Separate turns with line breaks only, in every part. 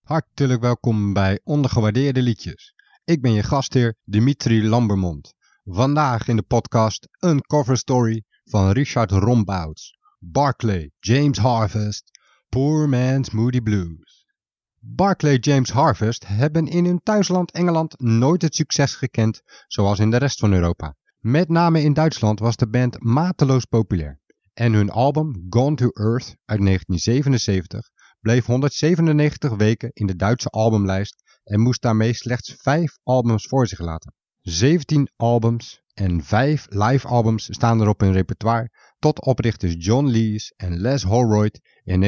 Hartelijk welkom bij Ondergewaardeerde Liedjes. Ik ben je gastheer Dimitri Lambermond. Vandaag in de podcast een cover story van Richard Rombouts. Barclay James Harvest, Poor Man's Moody Blues. Barclay James Harvest hebben in hun thuisland Engeland nooit het succes gekend zoals in de rest van Europa. Met name in Duitsland was de band mateloos populair. En hun album Gone to Earth uit 1977 bleef 197 weken in de Duitse albumlijst en moest daarmee slechts 5 albums voor zich laten. 17 albums en 5 live albums staan er op hun repertoire tot oprichters John Lees en Les Holroyd in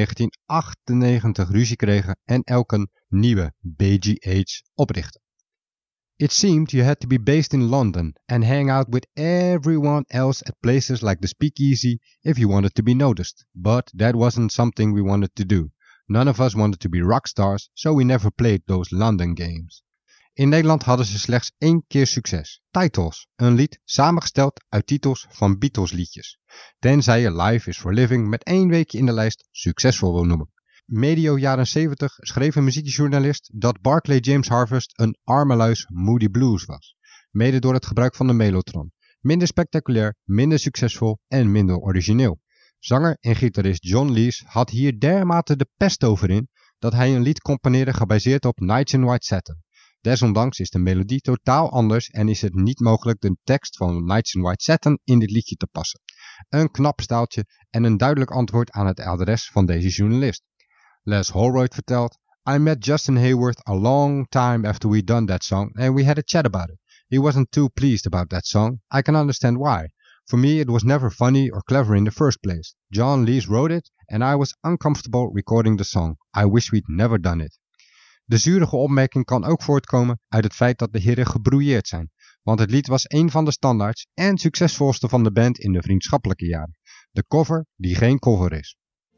1998 ruzie kregen en elk een nieuwe BGH oprichtten. It seemed you had to be based in London and hang out with everyone else at places like the Speakeasy if you wanted to be noticed, but that wasn't something we wanted to do. None of us wanted to be rockstars, so we never played those London games. In Nederland hadden ze slechts 1 keer succes. Titles, een lied samengesteld uit titels van Beatles liedjes. Tenzij je Life is for Living met 1 weekje in de lijst succesvol wil noemen. Medio jaren 70 schreef een muziekjournalist dat Barclay James Harvest een armeluis moody blues was. Mede door het gebruik van de mellotron. Minder spectaculair, minder succesvol en minder origineel. Zanger en gitarist John Lees had hier dermate de pest over in dat hij een lied componeerde gebaseerd op Nights in White Satin. Desondanks is de melodie totaal anders en is het niet mogelijk de tekst van Nights in White Satin in dit liedje te passen. Een knap staaltje en een duidelijk antwoord aan het adres van deze journalist. Les Holroyd vertelt: I met Justin Hayward a long time after we'd done that song and we had a chat about it. He wasn't too pleased about that song. I can understand why. For me it was never funny or clever in the first place. John Lees wrote it and I was uncomfortable recording the song. I wish we'd never done it. De zurige opmerking kan ook voortkomen uit het feit dat de heren gebrouilleerd zijn, want het lied was een van de standaards en succesvolste van de band in de vriendschappelijke jaren. De cover die geen cover is.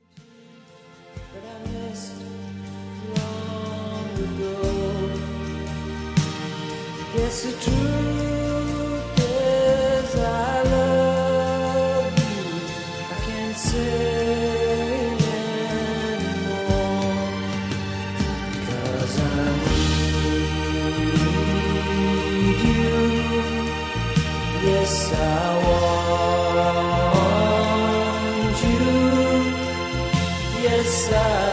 Yes, the truth is I love you. I can't say anymore, 'cause I need you. Yes, I want you. Yes, I